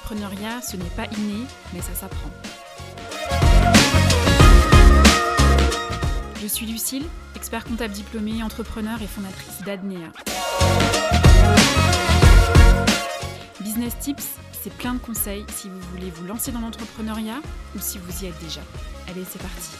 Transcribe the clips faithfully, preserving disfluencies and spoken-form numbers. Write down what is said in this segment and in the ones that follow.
L'entrepreneuriat, ce n'est pas inné, mais ça s'apprend. Je suis Lucille, expert comptable diplômée, entrepreneur et fondatrice d'Adnea. Business Tips, c'est plein de conseils si vous voulez vous lancer dans l'entrepreneuriat ou si vous y êtes déjà. Allez, c'est parti.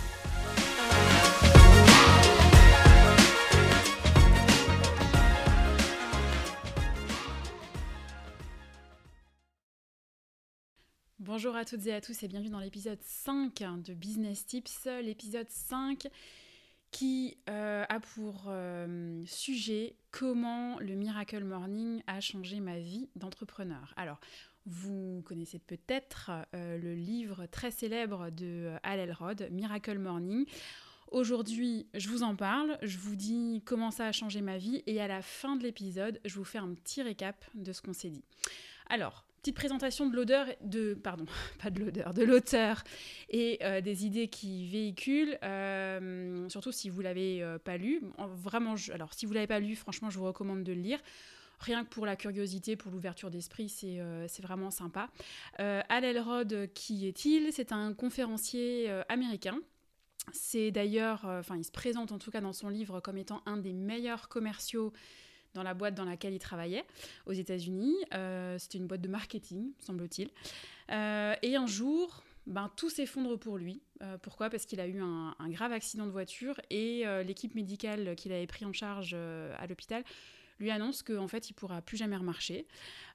Bonjour à toutes et à tous et bienvenue dans l'épisode cinq de Business Tips, l'épisode cinq qui euh, a pour euh, sujet comment le Miracle Morning a changé ma vie d'entrepreneur. Alors, vous connaissez peut-être euh, le livre très célèbre de Hal Elrod, Miracle Morning. Aujourd'hui, je vous en parle, je vous dis comment ça a changé ma vie et à la fin de l'épisode, je vous fais un petit récap de ce qu'on s'est dit. Alors, petite présentation de l'auteur, de, pardon, pas de l'auteur, de l'auteur et euh, des idées qu'il véhicule, euh, surtout si vous ne l'avez euh, pas lu. Vraiment, je, alors si vous ne l'avez pas lu, franchement, je vous recommande de le lire. Rien que pour la curiosité, pour l'ouverture d'esprit, c'est, euh, c'est vraiment sympa. Euh, Hal Elrod, qui est-il ? C'est un conférencier euh, américain. C'est d'ailleurs, enfin, euh, il se présente en tout cas dans son livre comme étant un des meilleurs commerciaux dans la boîte dans laquelle il travaillait aux États-Unis. Euh, c'était une boîte de marketing, semble-t-il. Euh, et un jour, ben, tout s'effondre pour lui. Euh, pourquoi ? Parce qu'il a eu un, un grave accident de voiture et euh, l'équipe médicale qu'il avait pris en charge euh, à l'hôpital lui annonce qu'en fait, il ne pourra plus jamais remarcher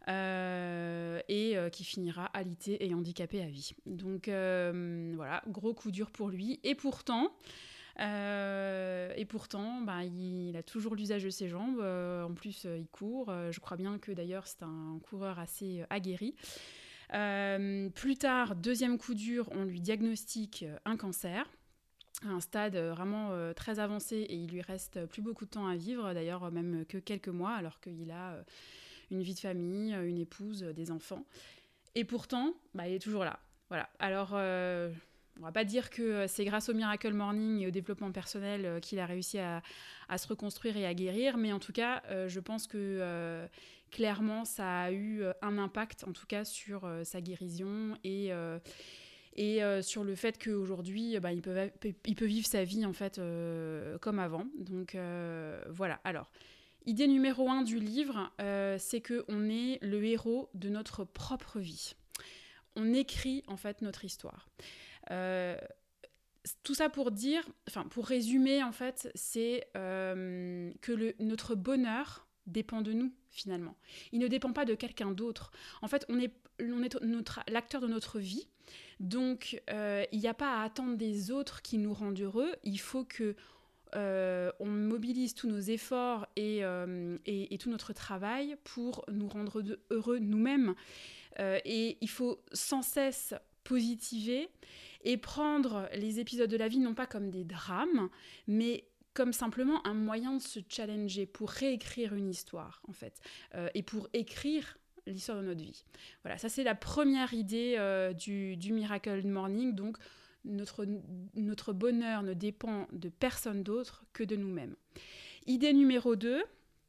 euh, et euh, qu'il finira alité et handicapé à vie. Donc euh, voilà, gros coup dur pour lui. Et pourtant... Euh, et pourtant, bah, il a toujours l'usage de ses jambes. Euh, en plus, euh, il court. Euh, je crois bien que d'ailleurs, c'est un coureur assez euh, aguerri. Euh, plus tard, deuxième coup dur, on lui diagnostique un cancer, à un stade vraiment euh, très avancé, et il lui reste plus beaucoup de temps à vivre, d'ailleurs même que quelques mois, alors qu'il a euh, une vie de famille, une épouse, des enfants. Et pourtant, bah, il est toujours là. Voilà. Alors... Euh, On ne va pas dire que c'est grâce au Miracle Morning et au développement personnel qu'il a réussi à, à se reconstruire et à guérir, mais en tout cas, euh, je pense que euh, clairement, ça a eu un impact, en tout cas, sur euh, sa guérison et, euh, et euh, sur le fait qu'aujourd'hui, bah, il, peut, il peut vivre sa vie en fait euh, comme avant. Donc euh, voilà. Alors, idée numéro un du livre, euh, c'est qu'on est le héros de notre propre vie. On écrit en fait notre histoire. Euh, tout ça pour dire, enfin pour résumer en fait, c'est euh, que le, notre bonheur dépend de nous finalement. Il ne dépend pas de quelqu'un d'autre. En fait, on est, on est notre, l'acteur de notre vie, donc euh, il n'y a pas à attendre des autres qui nous rendent heureux. Il faut que euh, on mobilise tous nos efforts et, euh, et, et tout notre travail pour nous rendre de, heureux nous-mêmes. Euh, et il faut sans cesse positiver et prendre les épisodes de la vie non pas comme des drames, mais comme simplement un moyen de se challenger pour réécrire une histoire, en fait, euh, et pour écrire l'histoire de notre vie. Voilà, ça c'est la première idée euh, du, du Miracle Morning. Donc, notre, notre bonheur ne dépend de personne d'autre que de nous-mêmes. Idée numéro deux,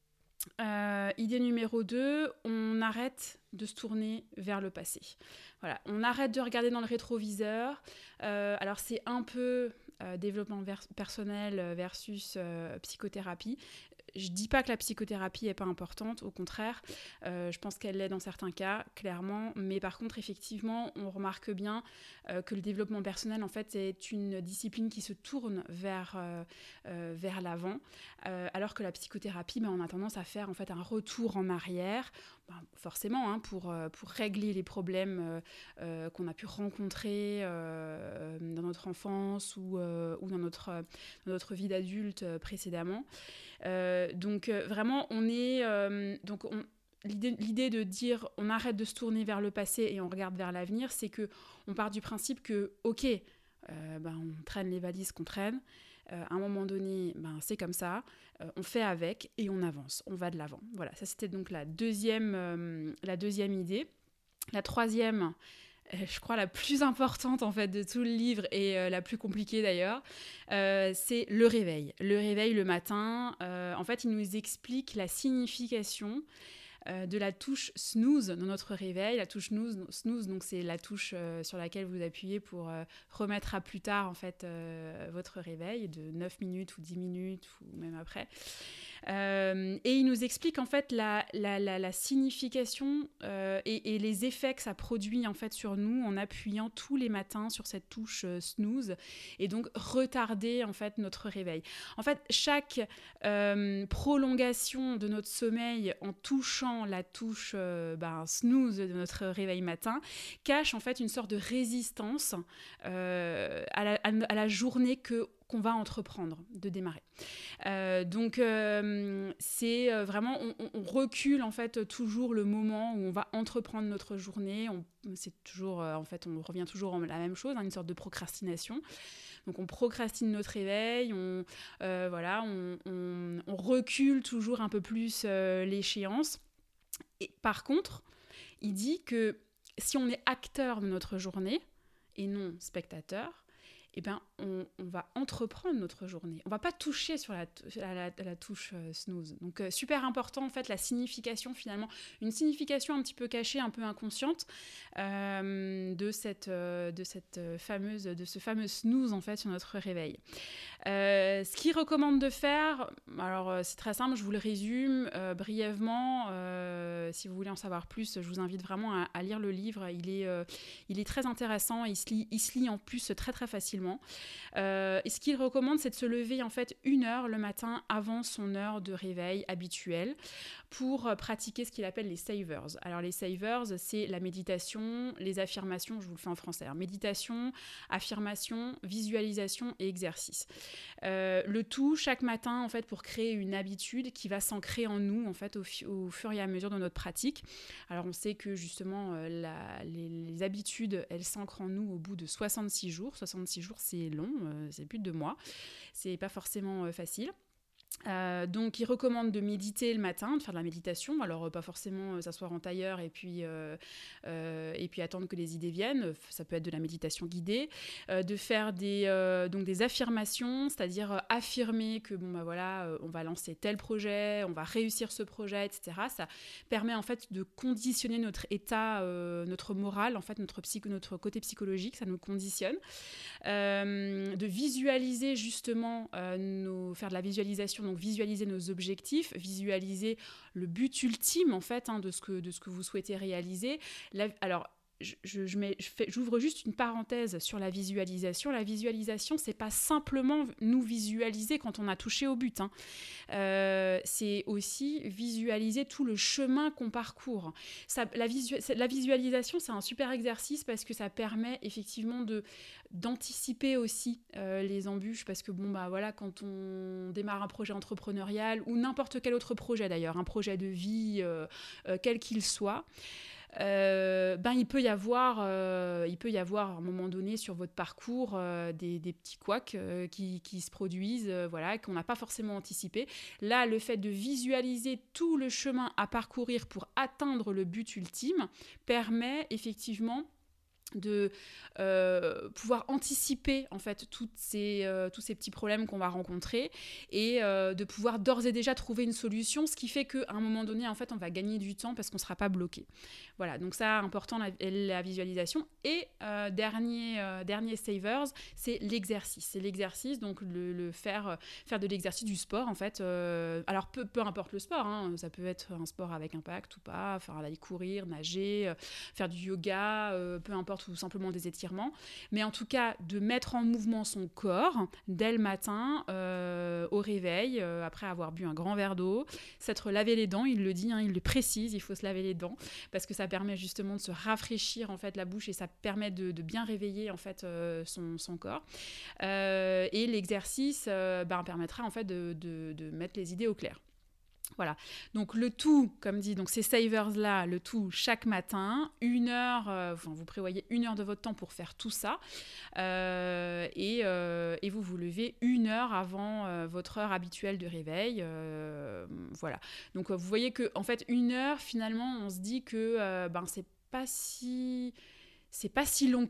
Euh, idée numéro deux, on arrête de se tourner vers le passé. Voilà, on arrête de regarder dans le rétroviseur. Euh, alors c'est un peu euh, développement vers- personnel versus euh, psychothérapie. Je dis pas que la psychothérapie est pas importante, au contraire, euh, je pense qu'elle l'est dans certains cas, clairement, mais par contre, effectivement, on remarque bien euh, que le développement personnel, en fait, est une discipline qui se tourne vers, euh, euh, vers l'avant, euh, alors que la psychothérapie, ben, on a tendance à faire en fait un retour en arrière, ben, forcément, hein, pour, euh, pour régler les problèmes euh, euh, qu'on a pu rencontrer euh, dans notre enfance ou, euh, ou dans, notre, dans notre vie d'adulte euh, précédemment. Euh, donc euh, vraiment, on est... Euh, donc on, l'idée, l'idée de dire on arrête de se tourner vers le passé et on regarde vers l'avenir, c'est qu'on part du principe que, ok, euh, ben, on traîne les valises qu'on traîne, euh, à un moment donné, ben, c'est comme ça, euh, on fait avec et on avance, on va de l'avant. Voilà, ça c'était donc la deuxième, euh, la deuxième idée. La troisième... je crois la plus importante en fait de tout le livre et euh, la plus compliquée d'ailleurs, euh, c'est le réveil. Le réveil le matin, euh, en fait, il nous explique la signification euh, de la touche snooze dans notre réveil. La touche snooze, snooze donc c'est la touche euh, sur laquelle vous appuyez pour euh, remettre à plus tard en fait, euh, votre réveil de neuf minutes ou dix minutes ou même après. Euh, et il nous explique en fait la, la, la, la signification euh, et, et les effets que ça produit en fait sur nous en appuyant tous les matins sur cette touche euh, snooze et donc retarder en fait notre réveil. En fait, chaque euh, prolongation de notre sommeil en touchant la touche euh, ben, snooze de notre réveil matin cache en fait une sorte de résistance euh, à, la, à la journée que qu'on va entreprendre, de démarrer. Euh, donc, euh, c'est vraiment, on, on recule en fait toujours le moment où on va entreprendre notre journée. On, c'est toujours, euh, en fait, on revient toujours à la même chose, hein, une sorte de procrastination. Donc, on procrastine notre réveil, on, euh, voilà, on, on, on recule toujours un peu plus euh, l'échéance. Et par contre, il dit que si on est acteur de notre journée et non spectateur, eh ben, on, on va entreprendre notre journée. On ne va pas toucher sur la, la, la, la touche euh, snooze. Donc, euh, super important, en fait, la signification, finalement, une signification un petit peu cachée, un peu inconsciente euh, de, cette, euh, de, cette fameuse, de ce fameux snooze, en fait, sur notre réveil. Euh, ce qu'il recommande de faire, alors c'est très simple, je vous le résume euh, brièvement. Euh, si vous voulez en savoir plus, je vous invite vraiment à, à lire le livre. Il est, euh, il est très intéressant, il se lit, il se lit en plus très très facilement. Euh, et ce qu'il recommande, c'est de se lever en fait une heure le matin avant son heure de réveil habituelle pour pratiquer ce qu'il appelle les savers. Alors les savers, c'est la méditation, les affirmations, je vous le fais en français, hein, méditation, affirmation, visualisation et exercice. Euh, le tout chaque matin en fait pour créer une habitude qui va s'ancrer en nous en fait au, fi- au fur et à mesure de notre pratique. Alors on sait que justement euh, la, les, les habitudes elles s'ancrent en nous au bout de soixante-six jours. soixante-six jours c'est long, euh, c'est plus de deux mois, c'est pas forcément euh, facile. Euh, donc il recommande de méditer le matin, de faire de la méditation, alors euh, pas forcément euh, s'asseoir en tailleur et puis, euh, euh, et puis attendre que les idées viennent, ça peut être de la méditation guidée, euh, de faire des, euh, donc des affirmations, c'est-à-dire euh, affirmer que bon bah voilà, euh, on va lancer tel projet, on va réussir ce projet, et cetera. Ça permet en fait de conditionner notre état, euh, notre moral, en fait notre, psycho, notre côté psychologique, ça nous conditionne. Euh, de visualiser justement, euh, nos, faire de la visualisation, donc visualiser nos objectifs, visualiser le but ultime en fait hein, de, ce que, de ce que vous souhaitez réaliser. La, alors, je, je, je mets, je fais, j'ouvre juste une parenthèse sur la visualisation. La visualisation, c'est pas simplement nous visualiser quand on a touché au but. Hein. Euh, c'est aussi visualiser tout le chemin qu'on parcourt. Ça, la, visu- la visualisation, c'est un super exercice parce que ça permet effectivement de, d'anticiper aussi euh, les embûches parce que bon bah voilà, quand on démarre un projet entrepreneurial ou n'importe quel autre projet d'ailleurs, un projet de vie, euh, euh, quel qu'il soit, Euh, ben il peut y avoir, euh, il peut y avoir à un moment donné sur votre parcours euh, des, des petits couacs euh, qui, qui se produisent, euh, voilà, qu'on n'a pas forcément anticipé. Là, le fait de visualiser tout le chemin à parcourir pour atteindre le but ultime permet effectivement de euh, pouvoir anticiper en fait toutes ces, euh, tous ces petits problèmes qu'on va rencontrer et euh, de pouvoir d'ores et déjà trouver une solution, ce qui fait qu'à un moment donné en fait on va gagner du temps parce qu'on ne sera pas bloqué. Voilà, donc ça important la, la visualisation. Et euh, dernier, euh, dernier savers, c'est l'exercice. C'est l'exercice, donc le, le faire, faire de l'exercice du sport en fait. Euh, alors peu, peu importe le sport, hein, ça peut être un sport avec impact ou pas, faire aller courir, nager, euh, faire du yoga, euh, peu importe, ou simplement des étirements, mais en tout cas de mettre en mouvement son corps dès le matin euh, au réveil, euh, après avoir bu un grand verre d'eau, s'être lavé les dents, il le dit, hein, il le précise, il faut se laver les dents, parce que ça permet justement de se rafraîchir en fait la bouche et ça permet de, de bien réveiller en fait euh, son, son corps. Euh, et l'exercice euh, ben, permettra en fait de, de, de mettre les idées au clair. Voilà, donc le tout, comme dit, donc ces savers-là, le tout chaque matin, une heure, euh, enfin, vous prévoyez une heure de votre temps pour faire tout ça, euh, et, euh, et vous vous levez une heure avant euh, votre heure habituelle de réveil, euh, voilà. Donc vous voyez que en fait une heure, finalement, on se dit que euh, ben c'est pas si... c'est pas si long que ça,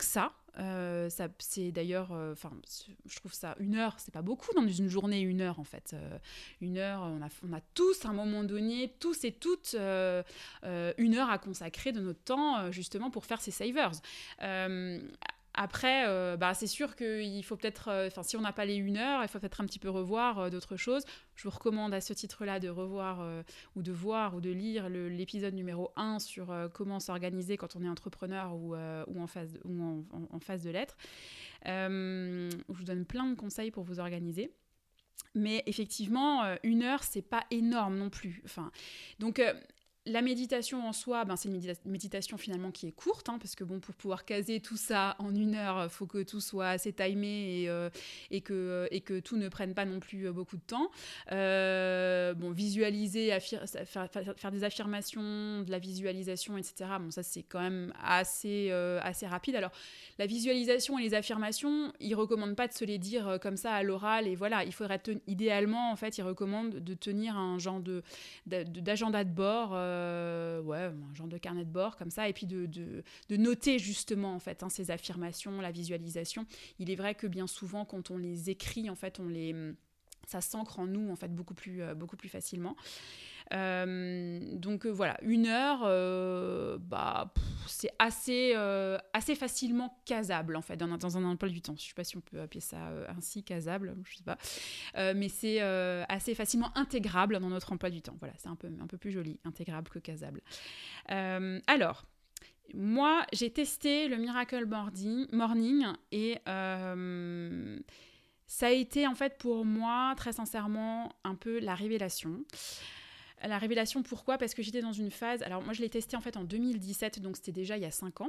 Euh, ça, c'est d'ailleurs, enfin, euh, je trouve ça une heure, c'est pas beaucoup dans une journée, une heure en fait. Euh, une heure, on a, on a tous à un moment donné, tous et toutes, euh, euh, une heure à consacrer de notre temps euh, justement pour faire ces savers. Euh, Après, euh, bah, c'est sûr qu'il faut peut-être, enfin, euh, si on n'a pas les une heure, il faut peut-être un petit peu revoir euh, d'autres choses. Je vous recommande à ce titre-là de revoir euh, ou de voir ou de lire le, l'épisode numéro un sur euh, comment s'organiser quand on est entrepreneur ou, euh, ou, en, phase de, ou en, en, en phase de l'être. Euh, je vous donne plein de conseils pour vous organiser. Mais effectivement, euh, une heure, c'est pas énorme non plus. Enfin, donc, euh, la méditation en soi, ben, c'est une médita- méditation finalement qui est courte, hein, parce que bon, pour pouvoir caser tout ça en une heure, il faut que tout soit assez timé et, euh, et, que, et que tout ne prenne pas non plus euh, beaucoup de temps. Euh, bon, visualiser, affir- faire, faire, faire des affirmations, de la visualisation, et cetera. Bon, ça c'est quand même assez, euh, assez rapide. Alors, la visualisation et les affirmations, ils recommandent pas de se les dire euh, comme ça à l'oral, et voilà, il faudrait, ten- idéalement, en fait, ils recommandent de tenir un genre de, de, d'agenda de bord, euh, Euh, ouais, un genre de carnet de bord comme ça, et puis de, de, de noter justement en fait hein, ces affirmations, la visualisation. Il est vrai que bien souvent quand on les écrit, en fait, on les, ça s'ancre en nous en fait beaucoup plus, euh, beaucoup plus facilement. Euh, donc euh, voilà, une heure, euh, bah, pff, c'est assez, euh, assez facilement casable en fait dans, dans un emploi du temps. Je ne sais pas si on peut appeler ça euh, ainsi, casable, je sais pas. Euh, mais c'est euh, assez facilement intégrable dans notre emploi du temps. Voilà, c'est un peu, un peu plus joli, intégrable que casable. Euh, alors, moi, j'ai testé le Miracle Morning, morning et euh, ça a été en fait pour moi, très sincèrement, un peu la révélation. La révélation, pourquoi ? Parce que j'étais dans une phase... Alors moi, je l'ai testé en fait en deux mille dix-sept, donc c'était déjà il y a cinq ans.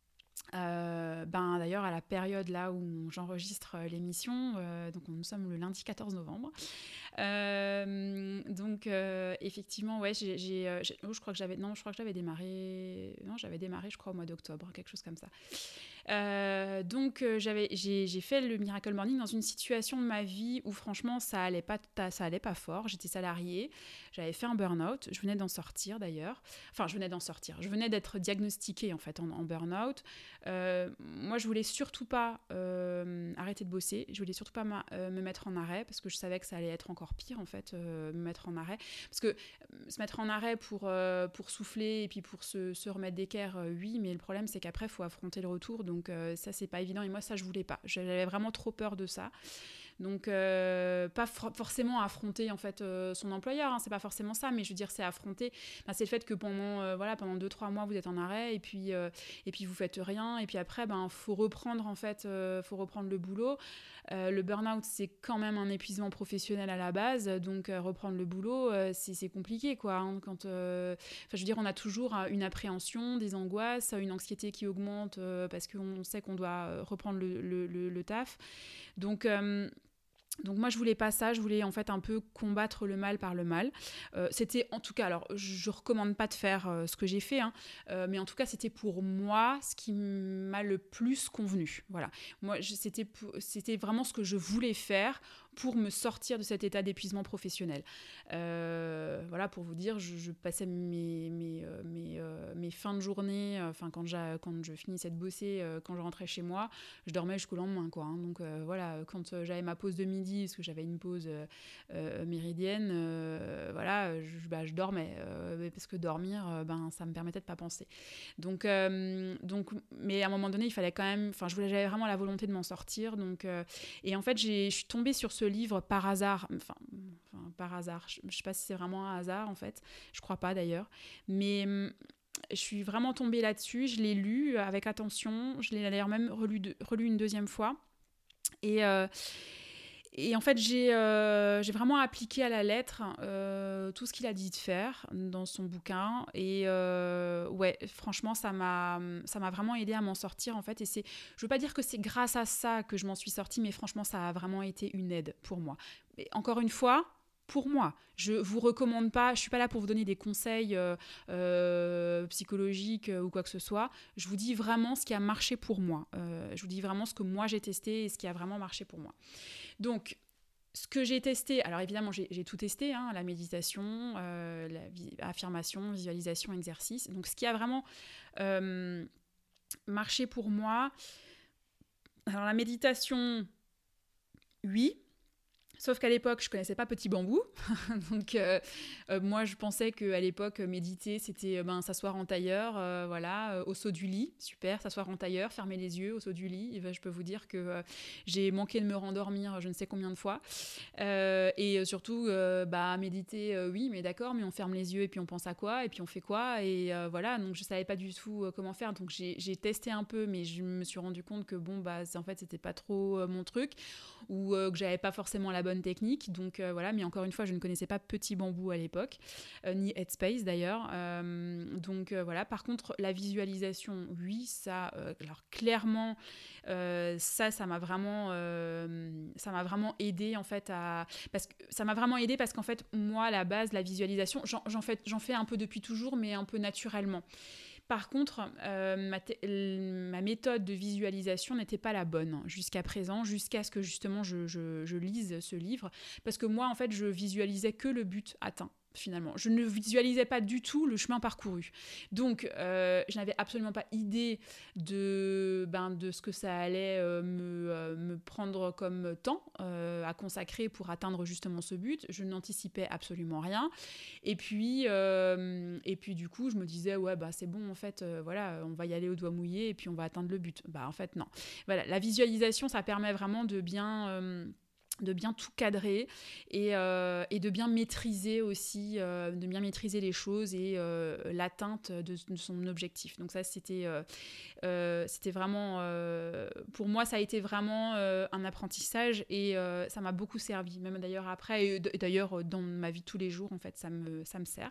Euh, ben, d'ailleurs, à la période là où j'enregistre l'émission, euh, donc nous sommes le lundi quatorze novembre. Euh, donc, euh, effectivement, ouais, j'ai, j'ai, j'ai oh, je crois que j'avais... Non, je crois que j'avais démarré... Non, j'avais démarré, je crois, au mois d'octobre, quelque chose comme ça. Euh, donc euh, j'avais, j'ai, j'ai fait le Miracle Morning dans une situation de ma vie où franchement ça allait pas, ça allait pas fort. J'étais salariée, j'avais fait un burn-out, je venais d'en sortir d'ailleurs. Enfin, je venais d'en sortir. Je venais d'être diagnostiquée en fait en, en burn-out. Euh, moi, je voulais surtout pas euh, arrêter de bosser. Je voulais surtout pas ma, euh, me mettre en arrêt parce que je savais que ça allait être encore pire en fait, euh, me mettre en arrêt. Parce que euh, se mettre en arrêt pour euh, pour souffler et puis pour se, se remettre d'équerre, euh, oui, mais le problème c'est qu'après il faut affronter le retour. Donc euh, ça c'est pas évident et moi ça je voulais pas. J'avais vraiment trop peur de ça. Donc euh, pas for- forcément affronter en fait euh, son employeur, hein, c'est pas forcément ça, mais je veux dire c'est affronter, ben, c'est le fait que pendant euh, voilà pendant deux trois mois vous êtes en arrêt et puis euh, et puis vous faites rien et puis après ben faut reprendre en fait euh, faut reprendre le boulot. Euh, le burn-out c'est quand même un épuisement professionnel à la base, donc euh, reprendre le boulot euh, c'est, c'est compliqué quoi. Hein, quand euh, enfin je veux dire on a toujours euh, une appréhension, des angoisses, une anxiété qui augmente euh, parce qu'on sait qu'on doit reprendre le, le, le, le taf. Donc euh, Donc moi je voulais pas ça, je voulais en fait un peu combattre le mal par le mal. Euh, c'était en tout cas, alors je, je recommande pas de faire euh, ce que j'ai fait, hein, euh, mais en tout cas c'était pour moi ce qui m'a le plus convenu. Voilà, moi je, c'était c'était vraiment ce que je voulais faire pour me sortir de cet état d'épuisement professionnel. Euh, voilà, pour vous dire, je, je passais mes mes euh, mes, euh, mes fins de journée, enfin euh, quand j'ai quand je finissais de bosser, euh, quand je rentrais chez moi, je dormais jusqu'au lendemain quoi. Hein, donc euh, voilà, quand euh, j'avais ma pause de midi, parce que j'avais une pause euh, euh, méridienne, euh, voilà, je, bah, je dormais euh, parce que dormir, euh, ben ça me permettait de pas penser. Donc euh, donc, mais à un moment donné, il fallait quand même, enfin, je voulais, j'avais vraiment la volonté de m'en sortir. Donc euh, et en fait, j'ai, je suis tombée sur ce livre par hasard, enfin, enfin par hasard. Je, je sais pas si c'est vraiment un hasard en fait. Je crois pas d'ailleurs, mais je suis vraiment tombée là-dessus. Je l'ai lu avec attention. Je l'ai d'ailleurs même relu, de, relu une deuxième fois. Et, euh, et en fait, j'ai, euh, j'ai vraiment appliqué à la lettre euh, tout ce qu'il a dit de faire dans son bouquin. Et euh, ouais, franchement, ça m'a, ça m'a vraiment aidé à m'en sortir, en fait. Et c'est, je veux pas dire que c'est grâce à ça que je m'en suis sortie, mais franchement, ça a vraiment été une aide pour moi. Mais encore une fois, pour moi. Je vous recommande pas, je suis pas là pour vous donner des conseils euh, euh, psychologiques euh, ou quoi que ce soit. Je vous dis vraiment ce qui a marché pour moi. Euh, je vous dis vraiment ce que moi j'ai testé et ce qui a vraiment marché pour moi. Donc, ce que j'ai testé, alors évidemment j'ai, j'ai tout testé, hein, la méditation, euh, la vi- affirmation, visualisation, exercice. Donc, ce qui a vraiment euh, marché pour moi, Alors la méditation, oui. Sauf qu'à l'époque, je connaissais pas Petit Bambou. Donc, euh, euh, moi, je pensais qu'à l'époque, méditer, c'était euh, ben, s'asseoir en tailleur, euh, voilà, euh, au saut du lit. Super, s'asseoir en tailleur, fermer les yeux au saut du lit. Et ben, je peux vous dire que euh, j'ai manqué de me rendormir je ne sais combien de fois. Euh, et surtout, euh, bah, méditer, euh, oui, mais d'accord, mais on ferme les yeux et puis on pense à quoi, et puis on fait quoi, et euh, voilà. Donc, je savais pas du tout euh, comment faire. Donc, j'ai, j'ai testé un peu, mais je me suis rendu compte que, bon, bah, en fait, c'était pas trop euh, mon truc, ou euh, que j'avais pas forcément la bonne technique. Donc euh, voilà, mais encore une fois, je ne connaissais pas Petit Bambou à l'époque, euh, ni Headspace d'ailleurs. Euh, donc euh, voilà, par contre, la visualisation, oui, ça, euh, alors clairement, euh, ça, ça m'a vraiment, euh, ça m'a vraiment aidé en fait à, parce que ça m'a vraiment aidé parce qu'en fait, moi, à la base, la visualisation, j'en, j'en fais, j'en fais un peu depuis toujours, mais un peu naturellement. Par contre, euh, ma, te- ma méthode de visualisation n'était pas la bonne jusqu'à présent, jusqu'à ce que justement je, je- je lise ce livre. Parce que moi, en fait, je visualisais que le but atteint. Finalement, je ne visualisais pas du tout le chemin parcouru. Donc, euh, je n'avais absolument pas idée de, ben, de ce que ça allait euh, me, euh, me prendre comme temps euh, à consacrer pour atteindre justement ce but. Je n'anticipais absolument rien. Et puis, euh, et puis du coup, je me disais, ouais, bah c'est bon, en fait, euh, voilà, on va y aller au doigt mouillé et puis on va atteindre le but. Bah en fait, non. Voilà, la visualisation, ça permet vraiment de bien... Euh, de bien tout cadrer et, euh, et de bien maîtriser aussi, euh, de bien maîtriser les choses et euh, l'atteinte de, de son objectif. Donc ça, c'était, euh, euh, c'était vraiment, euh, pour moi, ça a été vraiment euh, un apprentissage et euh, ça m'a beaucoup servi, même d'ailleurs après, et d'ailleurs dans ma vie de tous les jours, en fait, ça me, ça me sert.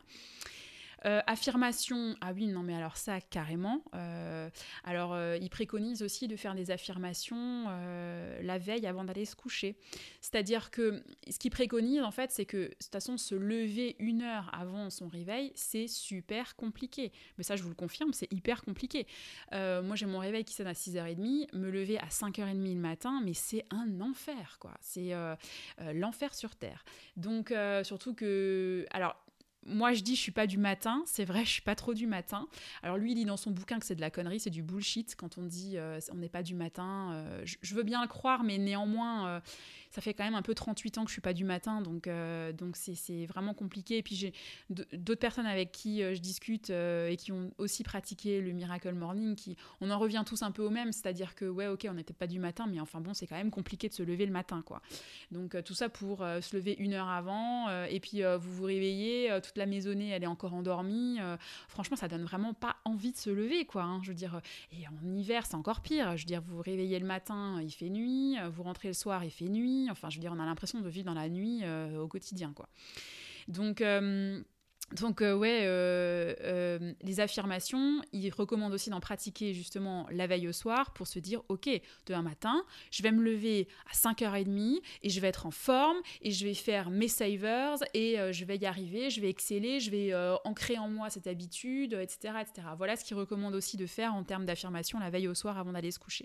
Euh, affirmation, ah oui, non mais alors ça, carrément. Euh, alors, euh, il préconise aussi de faire des affirmations euh, la veille avant d'aller se coucher. C'est-à-dire que ce qu'il préconise, en fait, c'est que, de toute façon, se lever une heure avant son réveil, c'est super compliqué. Mais ça, je vous le confirme, c'est hyper compliqué. Euh, moi, j'ai mon réveil qui sonne à six heures trente, me lever à cinq heures trente le matin, mais c'est un enfer, quoi. C'est euh, euh, l'enfer sur Terre. Donc, euh, surtout que... Alors, moi, je dis, je suis pas du matin. C'est vrai, je suis pas trop du matin. Alors lui, il dit dans son bouquin que c'est de la connerie, c'est du bullshit quand on dit euh, on n'est pas du matin. Euh, je, je veux bien le croire, mais néanmoins, euh, ça fait quand même un peu trente-huit ans que je suis pas du matin, donc euh, donc c'est, c'est vraiment compliqué. Et puis j'ai d'autres personnes avec qui euh, je discute euh, et qui ont aussi pratiqué le Miracle Morning, qui on en revient tous un peu au même, c'est-à-dire que ouais, ok, on n'était pas du matin, mais enfin bon, c'est quand même compliqué de se lever le matin, quoi. Donc euh, tout ça pour euh, se lever une heure avant, euh, et puis euh, vous vous réveillez. Euh, toute la maisonnée, elle est encore endormie. Euh, franchement, ça donne vraiment pas envie de se lever, quoi. Hein, je veux dire, et en hiver, c'est encore pire. Je veux dire, vous vous réveillez le matin, il fait nuit. Vous rentrez le soir, il fait nuit. Enfin, je veux dire, on a l'impression de vivre dans la nuit euh, au quotidien, quoi. Donc... Euh, donc euh, ouais, euh, euh, les affirmations, il recommande aussi d'en pratiquer justement la veille au soir pour se dire, ok, demain matin, je vais me lever à cinq heures trente et je vais être en forme et je vais faire mes savers et euh, je vais y arriver, je vais exceller, je vais euh, ancrer en moi cette habitude, et cetera, et cetera. Voilà ce qu'il recommande aussi de faire en termes d'affirmation la veille au soir avant d'aller se coucher.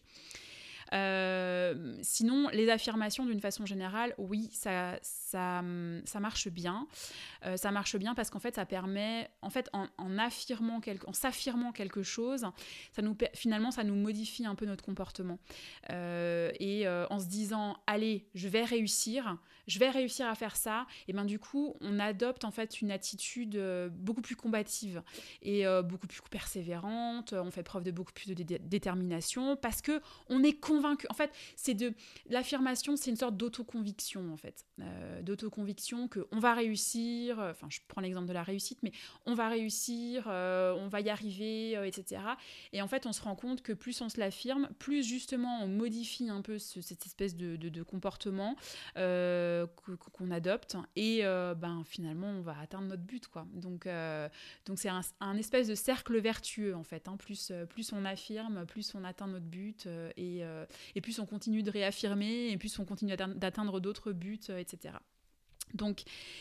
Euh, sinon, les affirmations, d'une façon générale, oui, ça, ça, ça marche bien. Euh, ça marche bien parce qu'en fait, ça permet, en fait, en, en affirmant, quelque, en s'affirmant quelque chose, ça nous, finalement, ça nous modifie un peu notre comportement. Euh, et euh, en se disant, allez, je vais réussir, je vais réussir à faire ça, et ben du coup, on adopte en fait une attitude euh, beaucoup plus combative et euh, beaucoup plus persévérante. On fait preuve de beaucoup plus de dé- détermination parce que on est convaincu. En fait, c'est de l'affirmation, c'est une sorte d'autoconviction en fait, euh, d'autoconviction que on va réussir. Enfin, je prends l'exemple de la réussite, mais on va réussir, euh, on va y arriver, euh, et cetera. Et en fait, on se rend compte que plus on se l'affirme, plus justement on modifie un peu ce, cette espèce de, de, de comportement euh, qu'on adopte, et euh, ben finalement on va atteindre notre but, quoi. Donc euh, donc c'est un, un espèce de cercle vertueux en fait, hein. Plus plus on affirme, plus on atteint notre but, euh, et euh, et plus on continue de réaffirmer, et plus on continue d'atteindre d'autres buts, euh, et cetera. Donc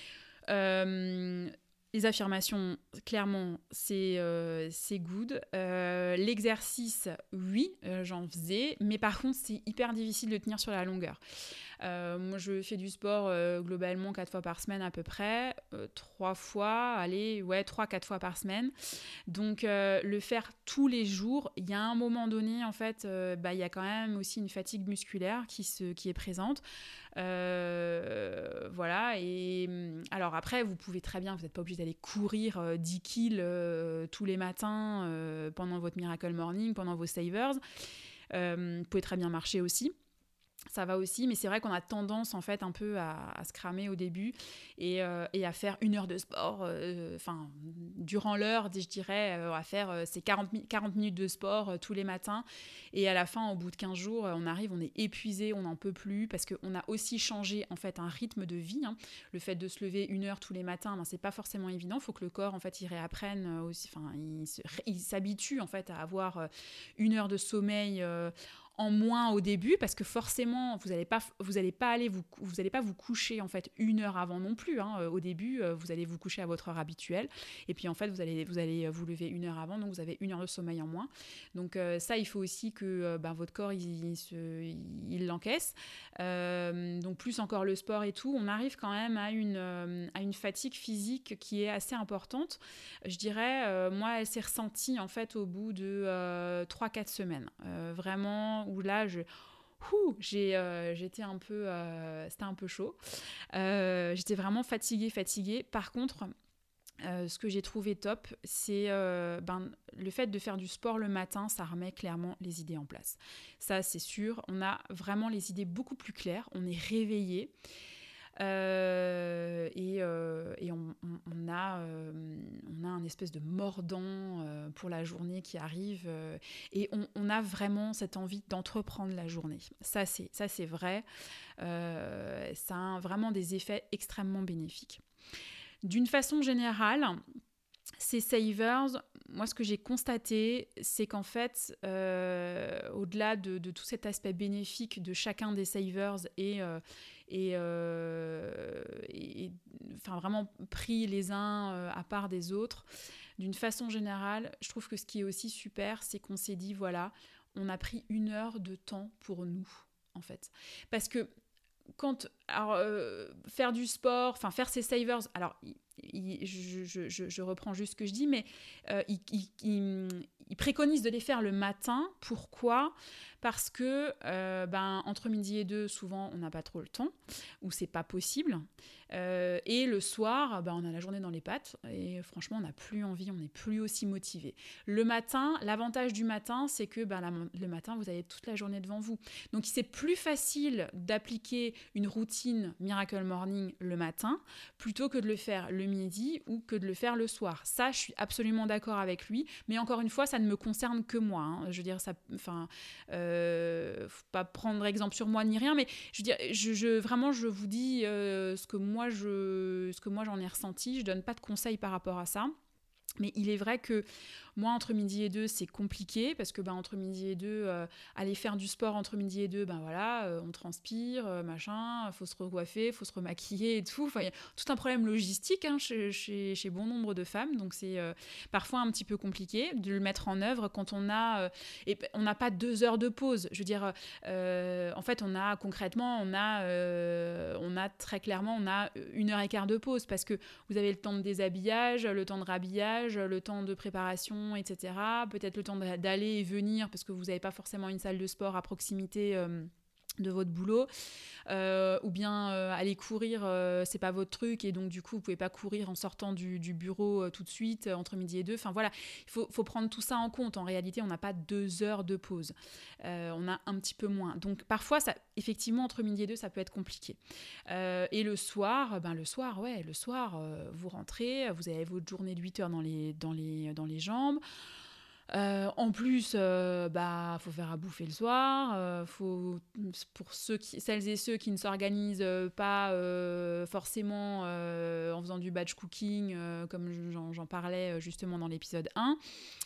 euh, les affirmations, clairement, c'est, euh, c'est good. Euh, l'exercice, oui, euh, j'en faisais, mais par contre, c'est hyper difficile de tenir sur la longueur. Euh, moi, je fais du sport euh, globalement quatre fois par semaine à peu près, euh, trois fois, allez, ouais, trois, quatre fois par semaine. Donc, euh, le faire tous les jours, il y a un moment donné, en fait, euh, bah, il y a quand même aussi une fatigue musculaire qui, se, qui est présente. Euh, voilà, et alors après, vous pouvez très bien, vous n'êtes pas obligé d'aller courir euh, dix kilomètres euh, tous les matins euh, pendant votre Miracle Morning, pendant vos savers. Euh, vous pouvez très bien marcher aussi. Ça va aussi, mais c'est vrai qu'on a tendance en fait un peu à, à se cramer au début et, euh, et à faire une heure de sport, enfin euh, durant l'heure, je dirais, euh, à faire euh, ces quarante, quarante minutes de sport euh, tous les matins, et à la fin, au bout de quinze jours, on arrive, on est épuisé, on n'en peut plus, parce qu'on a aussi changé en fait un rythme de vie, hein. Le fait de se lever une heure tous les matins, ben, c'est pas forcément évident, il faut que le corps en fait il réapprenne aussi, enfin il, se, il s'habitue en fait à avoir une heure de sommeil euh, en moins au début, parce que forcément vous n'allez pas vous allez pas aller vous vous allez pas vous coucher en fait une heure avant non plus, hein. Au début vous allez vous coucher à votre heure habituelle, et puis en fait vous allez vous allez vous lever une heure avant, donc vous avez une heure de sommeil en moins. Donc euh, ça, il faut aussi que euh, ben, votre corps il, il, se, il l'encaisse. Euh, donc plus encore le sport et tout, on arrive quand même à une euh, à une fatigue physique qui est assez importante. Je dirais, euh, moi elle s'est ressentie en fait au bout de euh, trois quatre semaines, euh, vraiment, où là, je, ouh, j'ai, euh, j'étais un peu, euh, c'était un peu chaud. Euh, j'étais vraiment fatiguée, fatiguée. Par contre, euh, ce que j'ai trouvé top, c'est euh, ben, le fait de faire du sport le matin, ça remet clairement les idées en place. Ça, c'est sûr. On a vraiment les idées beaucoup plus claires. On est réveillé. Euh, et, euh, et on, on, on, a, euh, on a un espèce de mordant euh, pour la journée qui arrive, euh, et on, on a vraiment cette envie d'entreprendre la journée. Ça, c'est, ça, c'est vrai. Euh, ça a vraiment des effets extrêmement bénéfiques. D'une façon générale, ces savers, moi, ce que j'ai constaté, c'est qu'en fait, euh, au-delà de, de tout cet aspect bénéfique de chacun des savers et, euh, et, euh, et, enfin, vraiment pris les uns euh, à part des autres, d'une façon générale, je trouve que ce qui est aussi super, c'est qu'on s'est dit, voilà, on a pris une heure de temps pour nous, en fait. Parce que quand, alors, euh, faire du sport, enfin faire ses savers, alors il, il, je, je, je, je reprends juste ce que je dis, mais euh, il, il, il, il préconise de les faire le matin. Pourquoi ? Parce que euh, ben, entre midi et deux, souvent on n'a pas trop le temps, ou c'est pas possible. Euh, et le soir, ben, on a la journée dans les pattes, et franchement on n'a plus envie, on n'est plus aussi motivé. Le matin, l'avantage du matin, c'est que ben, la, le matin vous avez toute la journée devant vous. Donc c'est plus facile d'appliquer une routine Miracle Morning le matin plutôt que de le faire le midi ou que de le faire le soir. Ça, je suis absolument d'accord avec lui, mais encore une fois, ça ne me concerne que moi, hein. Je veux dire, ça, enfin, euh, faut pas prendre exemple sur moi ni rien, mais je veux dire, je, je, vraiment, je vous dis euh, ce que moi, je, ce que moi j'en ai ressenti. Je donne pas de conseils par rapport à ça. Mais il est vrai que moi, entre midi et deux, c'est compliqué parce que ben, entre midi et deux, euh, aller faire du sport entre midi et deux, ben voilà, euh, on transpire, euh, machin, faut se recoiffer, faut se remaquiller et tout. Enfin, il y a tout un problème logistique, hein, chez, chez, chez bon nombre de femmes, donc c'est euh, parfois un petit peu compliqué de le mettre en œuvre quand on a, euh, et on n'a pas deux heures de pause. Je veux dire, euh, en fait, on a concrètement, on a, euh, on a très clairement, on a une heure et quart de pause parce que vous avez le temps de déshabillage, le temps de rhabillage, le temps de préparation, et cetera. Peut-être le temps d'aller et venir parce que vous n'avez pas forcément une salle de sport à proximité euh, de votre boulot, euh, ou bien euh, aller courir, euh, c'est pas votre truc, et donc du coup vous pouvez pas courir en sortant du, du bureau euh, tout de suite euh, entre midi et deux. Enfin voilà, il faut, faut prendre tout ça en compte. En réalité, on n'a pas deux heures de pause, euh, on a un petit peu moins. Donc parfois, ça, effectivement, entre midi et deux, ça peut être compliqué. Euh, et le soir, ben le soir, ouais, le soir, euh, vous rentrez, vous avez votre journée de huit heures dans les, dans les, dans les jambes. Euh, en plus, euh, bah, faut faire à bouffer le soir. Euh, faut, pour ceux qui, celles et ceux qui ne s'organisent pas euh, forcément euh, en faisant du batch cooking, euh, comme j'en, j'en parlais justement dans l'épisode un.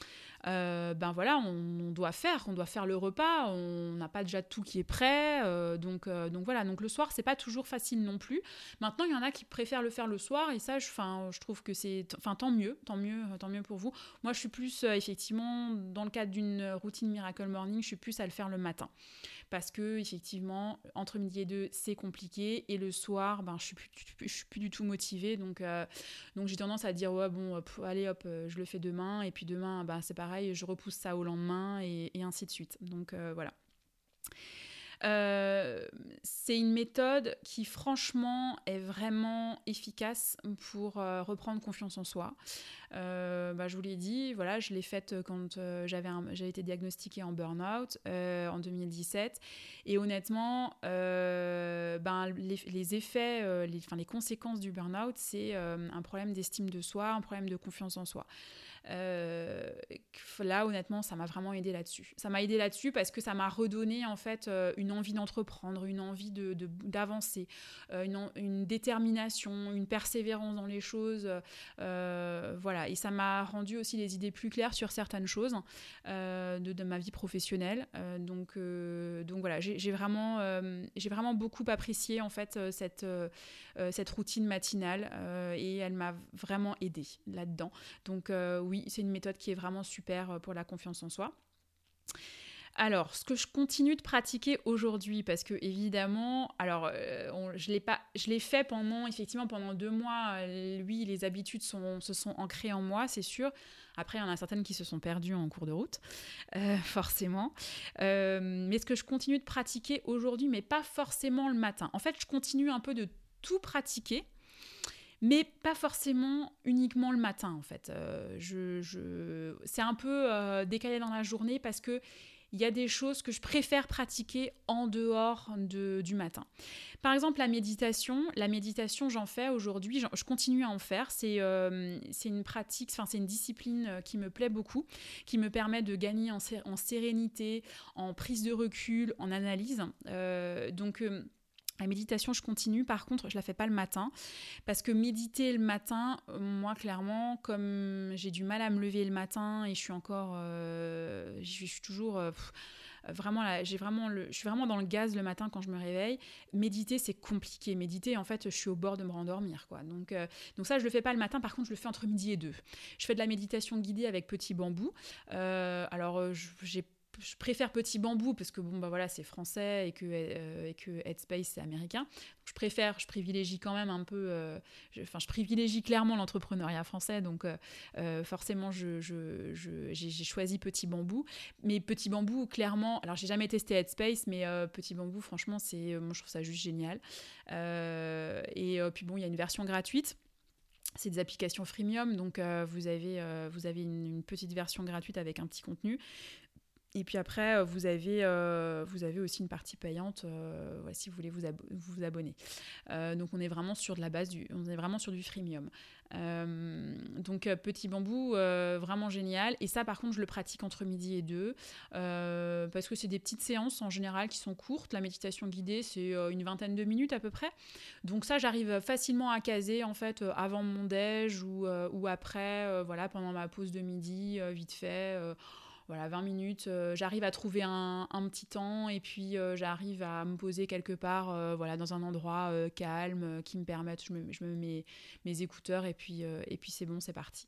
Euh, ben voilà, on, on doit faire, on doit faire le repas, on n'a pas déjà tout qui est prêt, euh, donc, euh, donc voilà, donc le soir c'est pas toujours facile non plus. Maintenant il y en a qui préfèrent le faire le soir, et ça je, je trouve que c'est, enfin tant mieux, tant mieux, tant mieux pour vous. Moi je suis plus euh, effectivement dans le cadre d'une routine Miracle Morning, je suis plus à le faire le matin. parce que effectivement entre midi et deux c'est compliqué et le soir ben je suis plus, je suis plus du tout motivée, donc euh, donc j'ai tendance à dire ouais bon pff, allez hop je le fais demain, et puis demain ben c'est pareil, je repousse ça au lendemain et, et ainsi de suite. Donc euh, voilà. Euh, c'est une méthode qui franchement est vraiment efficace pour euh, reprendre confiance en soi. Euh, bah, je vous l'ai dit, voilà, je l'ai faite quand euh, j'avais, un, j'avais été diagnostiquée en burn-out euh, en deux mille dix-sept, et honnêtement euh, ben, les, les effets, euh, les, les conséquences du burn-out, c'est euh, un problème d'estime de soi, un problème de confiance en soi. Euh, là honnêtement ça m'a vraiment aidé là-dessus ça m'a aidé là-dessus parce que ça m'a redonné en fait euh, une envie d'entreprendre, une envie de, de, d'avancer, euh, une, une détermination, une persévérance dans les choses, euh, voilà, et ça m'a rendu aussi les idées plus claires sur certaines choses euh, de, de ma vie professionnelle, euh, donc, euh, donc voilà, j'ai, j'ai, vraiment, euh, j'ai vraiment beaucoup apprécié en fait cette, euh, cette routine matinale euh, et elle m'a vraiment aidée là-dedans, donc euh, oui, c'est une méthode qui est vraiment super pour la confiance en soi. Alors, ce que je continue de pratiquer aujourd'hui, parce que évidemment, alors euh, on, je l'ai pas, je l'ai fait pendant effectivement pendant deux mois. Euh, lui, les habitudes sont, se sont ancrées en moi, c'est sûr. Après, il y en a certaines qui se sont perdues en cours de route, euh, forcément. Euh, mais ce que je continue de pratiquer aujourd'hui, mais pas forcément le matin. En fait, je continue un peu de tout pratiquer, mais pas forcément uniquement le matin, en fait. Euh, je, je... C'est un peu euh, décalé dans la journée parce que il y a des choses que je préfère pratiquer en dehors de, du matin. Par exemple, la méditation. La méditation, j'en fais aujourd'hui, je continue à en faire. C'est, euh, c'est une pratique, enfin, c'est une discipline qui me plaît beaucoup, qui me permet de gagner en, sé- en sérénité, en prise de recul, en analyse. Euh, donc... Euh, La méditation, je continue. Par contre, je la fais pas le matin parce que méditer le matin, moi, clairement, comme j'ai du mal à me lever le matin et je suis encore, euh, je suis toujours euh, pff, vraiment là, j'ai vraiment le, je suis vraiment dans le gaz le matin quand je me réveille. Méditer, c'est compliqué. Méditer, en fait, je suis au bord de me rendormir, quoi. Donc, euh, donc ça, je le fais pas le matin. Par contre, je le fais entre midi et deux. Je fais de la méditation guidée avec Petit Bambou. Euh, alors, je, j'ai Je préfère Petit Bambou parce que bon bah voilà c'est français et que euh, et que Headspace c'est américain. Donc je préfère, je privilégie quand même un peu, euh, je, enfin je privilégie clairement l'entrepreneuriat français. Donc euh, forcément je, je, je j'ai, j'ai choisi Petit Bambou. Mais Petit Bambou clairement, alors j'ai jamais testé Headspace, mais euh, Petit Bambou franchement c'est, euh, moi je trouve ça juste génial. Euh, et euh, puis bon il y a une version gratuite. C'est des applications freemium, donc euh, vous avez, euh, vous avez une, une petite version gratuite avec un petit contenu. Et puis après, vous avez, euh, vous avez aussi une partie payante euh, ouais, si vous voulez vous, ab- vous abonner. Euh, donc on est vraiment sur de la base du, on est vraiment sur du freemium. Euh, donc euh, Petit Bambou, euh, vraiment génial. Et ça, par contre, je le pratique entre midi et deux euh, parce que c'est des petites séances en général qui sont courtes. La méditation guidée, c'est euh, une vingtaine de minutes à peu près. Donc ça, j'arrive facilement à caser en fait euh, avant mon déj ou, euh, ou après, euh, voilà, pendant ma pause de midi, euh, vite fait. Euh, Voilà, vingt minutes, euh, j'arrive à trouver un, un petit temps et puis euh, j'arrive à me poser quelque part euh, voilà, dans un endroit euh, calme euh, qui me permette, je me, je me mets mes, mes écouteurs et puis, euh, et puis c'est bon, c'est parti.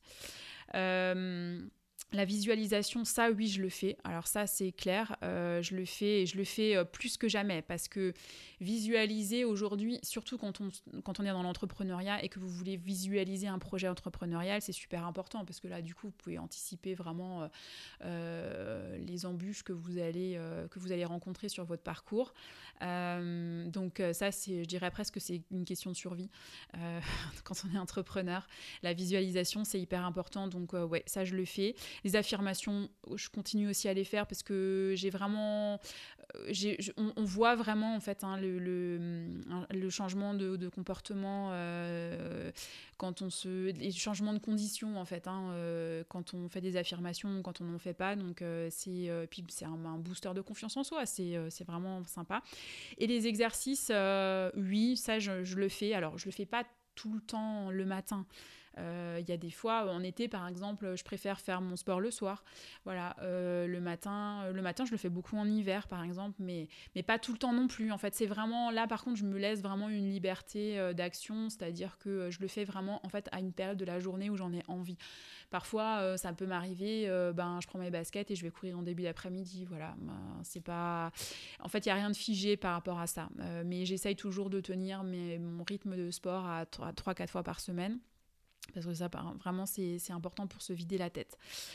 Euh, La visualisation, ça oui, je le fais. Alors ça, c'est clair, euh, je le fais et je le fais euh, plus que jamais parce que visualiser aujourd'hui, surtout quand on, quand on est dans l'entrepreneuriat et que vous voulez visualiser un projet entrepreneurial, c'est super important parce que là, du coup, vous pouvez anticiper vraiment euh, euh, les embûches que vous allez, euh, que vous allez rencontrer sur votre parcours. Euh, donc ça, c'est, je dirais presque que c'est une question de survie euh, quand on est entrepreneur. La visualisation, c'est hyper important. Donc euh, ouais, ça, je le fais. Les affirmations, je continue aussi à les faire parce que j'ai vraiment... J'ai, on, on voit vraiment en fait hein, le, le, le changement de, de comportement euh, quand on se... les changements de conditions en fait hein, euh, quand on fait des affirmations, quand on n'en fait pas. Donc euh, c'est, euh, puis c'est un, un booster de confiance en soi. C'est, euh, c'est vraiment sympa. Et les exercices, euh, oui, ça je, je le fais. Alors je le fais pas tout le temps le matin. Euh, il y a des fois, en été par exemple, je préfère faire mon sport le soir. Voilà, euh, le matin, le matin, je le fais beaucoup en hiver par exemple, mais, mais pas tout le temps non plus. En fait, c'est vraiment là, par contre, je me laisse vraiment une liberté euh, d'action, c'est-à-dire que je le fais vraiment en fait à une période de la journée où j'en ai envie. Parfois, euh, ça peut m'arriver, euh, ben, je prends mes baskets et je vais courir en début d'après-midi. Voilà, ben, c'est pas... En fait, il n'y a rien de figé par rapport à ça. Euh, mais j'essaye toujours de tenir mes, mon rythme de sport à trois quatre fois par semaine. Parce que ça, vraiment, c'est, c'est important pour se vider la tête.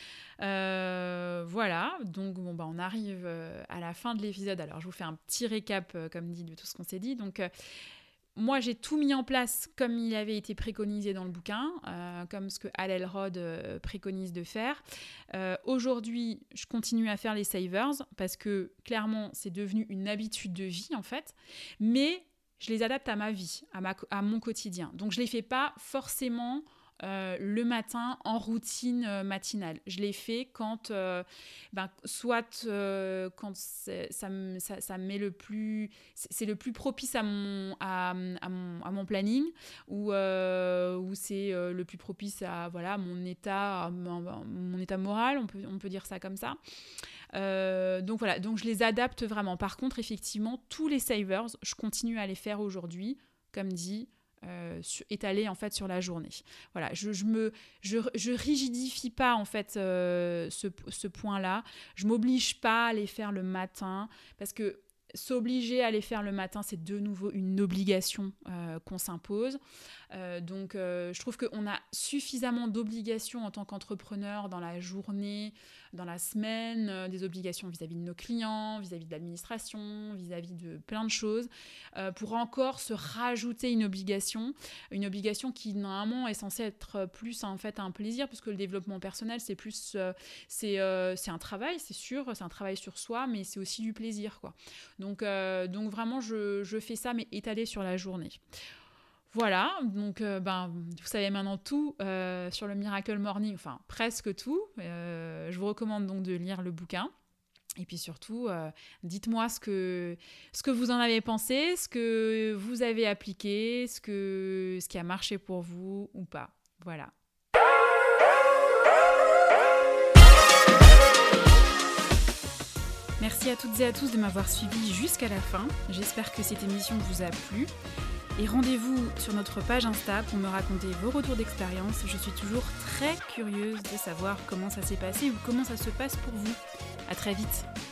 Euh, voilà, donc bon, bah, on arrive à la fin de l'épisode. Alors, je vous fais un petit récap, euh, comme dit, de tout ce qu'on s'est dit. Donc... Euh, Moi, j'ai tout mis en place comme il avait été préconisé dans le bouquin, euh, comme ce que Hal Elrod euh, préconise de faire. Euh, aujourd'hui, je continue à faire les savers parce que clairement, c'est devenu une habitude de vie en fait. Mais je les adapte à ma vie, à, ma, à mon quotidien. Donc, je ne les fais pas forcément... Euh, le matin en routine euh, matinale. Je l'ai fait quand, euh, ben, soit euh, quand c'est, ça, me, ça, ça me met le plus, c'est, c'est le plus propice à mon, à, à mon, à mon planning, ou euh, où c'est euh, le plus propice à voilà, mon, état, mon, mon état moral, on peut, on peut dire ça comme ça. Euh, donc voilà, donc je les adapte vraiment. Par contre, effectivement, tous les savers, je continue à les faire aujourd'hui, comme dit, Euh, étalé en fait sur la journée. Voilà, je je me je, je rigidifie pas en fait euh, ce ce point-là. Je m'oblige pas à les faire le matin parce que s'obliger à les faire le matin, c'est de nouveau une obligation euh, qu'on s'impose. Euh, donc, euh, je trouve qu'on a suffisamment d'obligations en tant qu'entrepreneur dans la journée, dans la semaine, euh, des obligations vis-à-vis de nos clients, vis-à-vis de l'administration, vis-à-vis de plein de choses, euh, pour encore se rajouter une obligation, une obligation qui normalement est censée être plus en fait un plaisir, parce que le développement personnel, c'est plus, euh, c'est, euh, c'est un travail, c'est sûr, c'est un travail sur soi, mais c'est aussi du plaisir, quoi. Donc, euh, donc vraiment, je, je fais ça, mais étalé sur la journée. Voilà, donc euh, ben, vous savez maintenant tout euh, sur le Miracle Morning, enfin presque tout. Euh, je vous recommande donc de lire le bouquin. Et puis surtout, euh, dites-moi ce que, ce que vous en avez pensé, ce que vous avez appliqué, ce, que, ce qui a marché pour vous ou pas. Voilà. Merci à toutes et à tous de m'avoir suivi jusqu'à la fin. J'espère que cette émission vous a plu. Et rendez-vous sur notre page Insta pour me raconter vos retours d'expérience. Je suis toujours très curieuse de savoir comment ça s'est passé ou comment ça se passe pour vous. À très vite.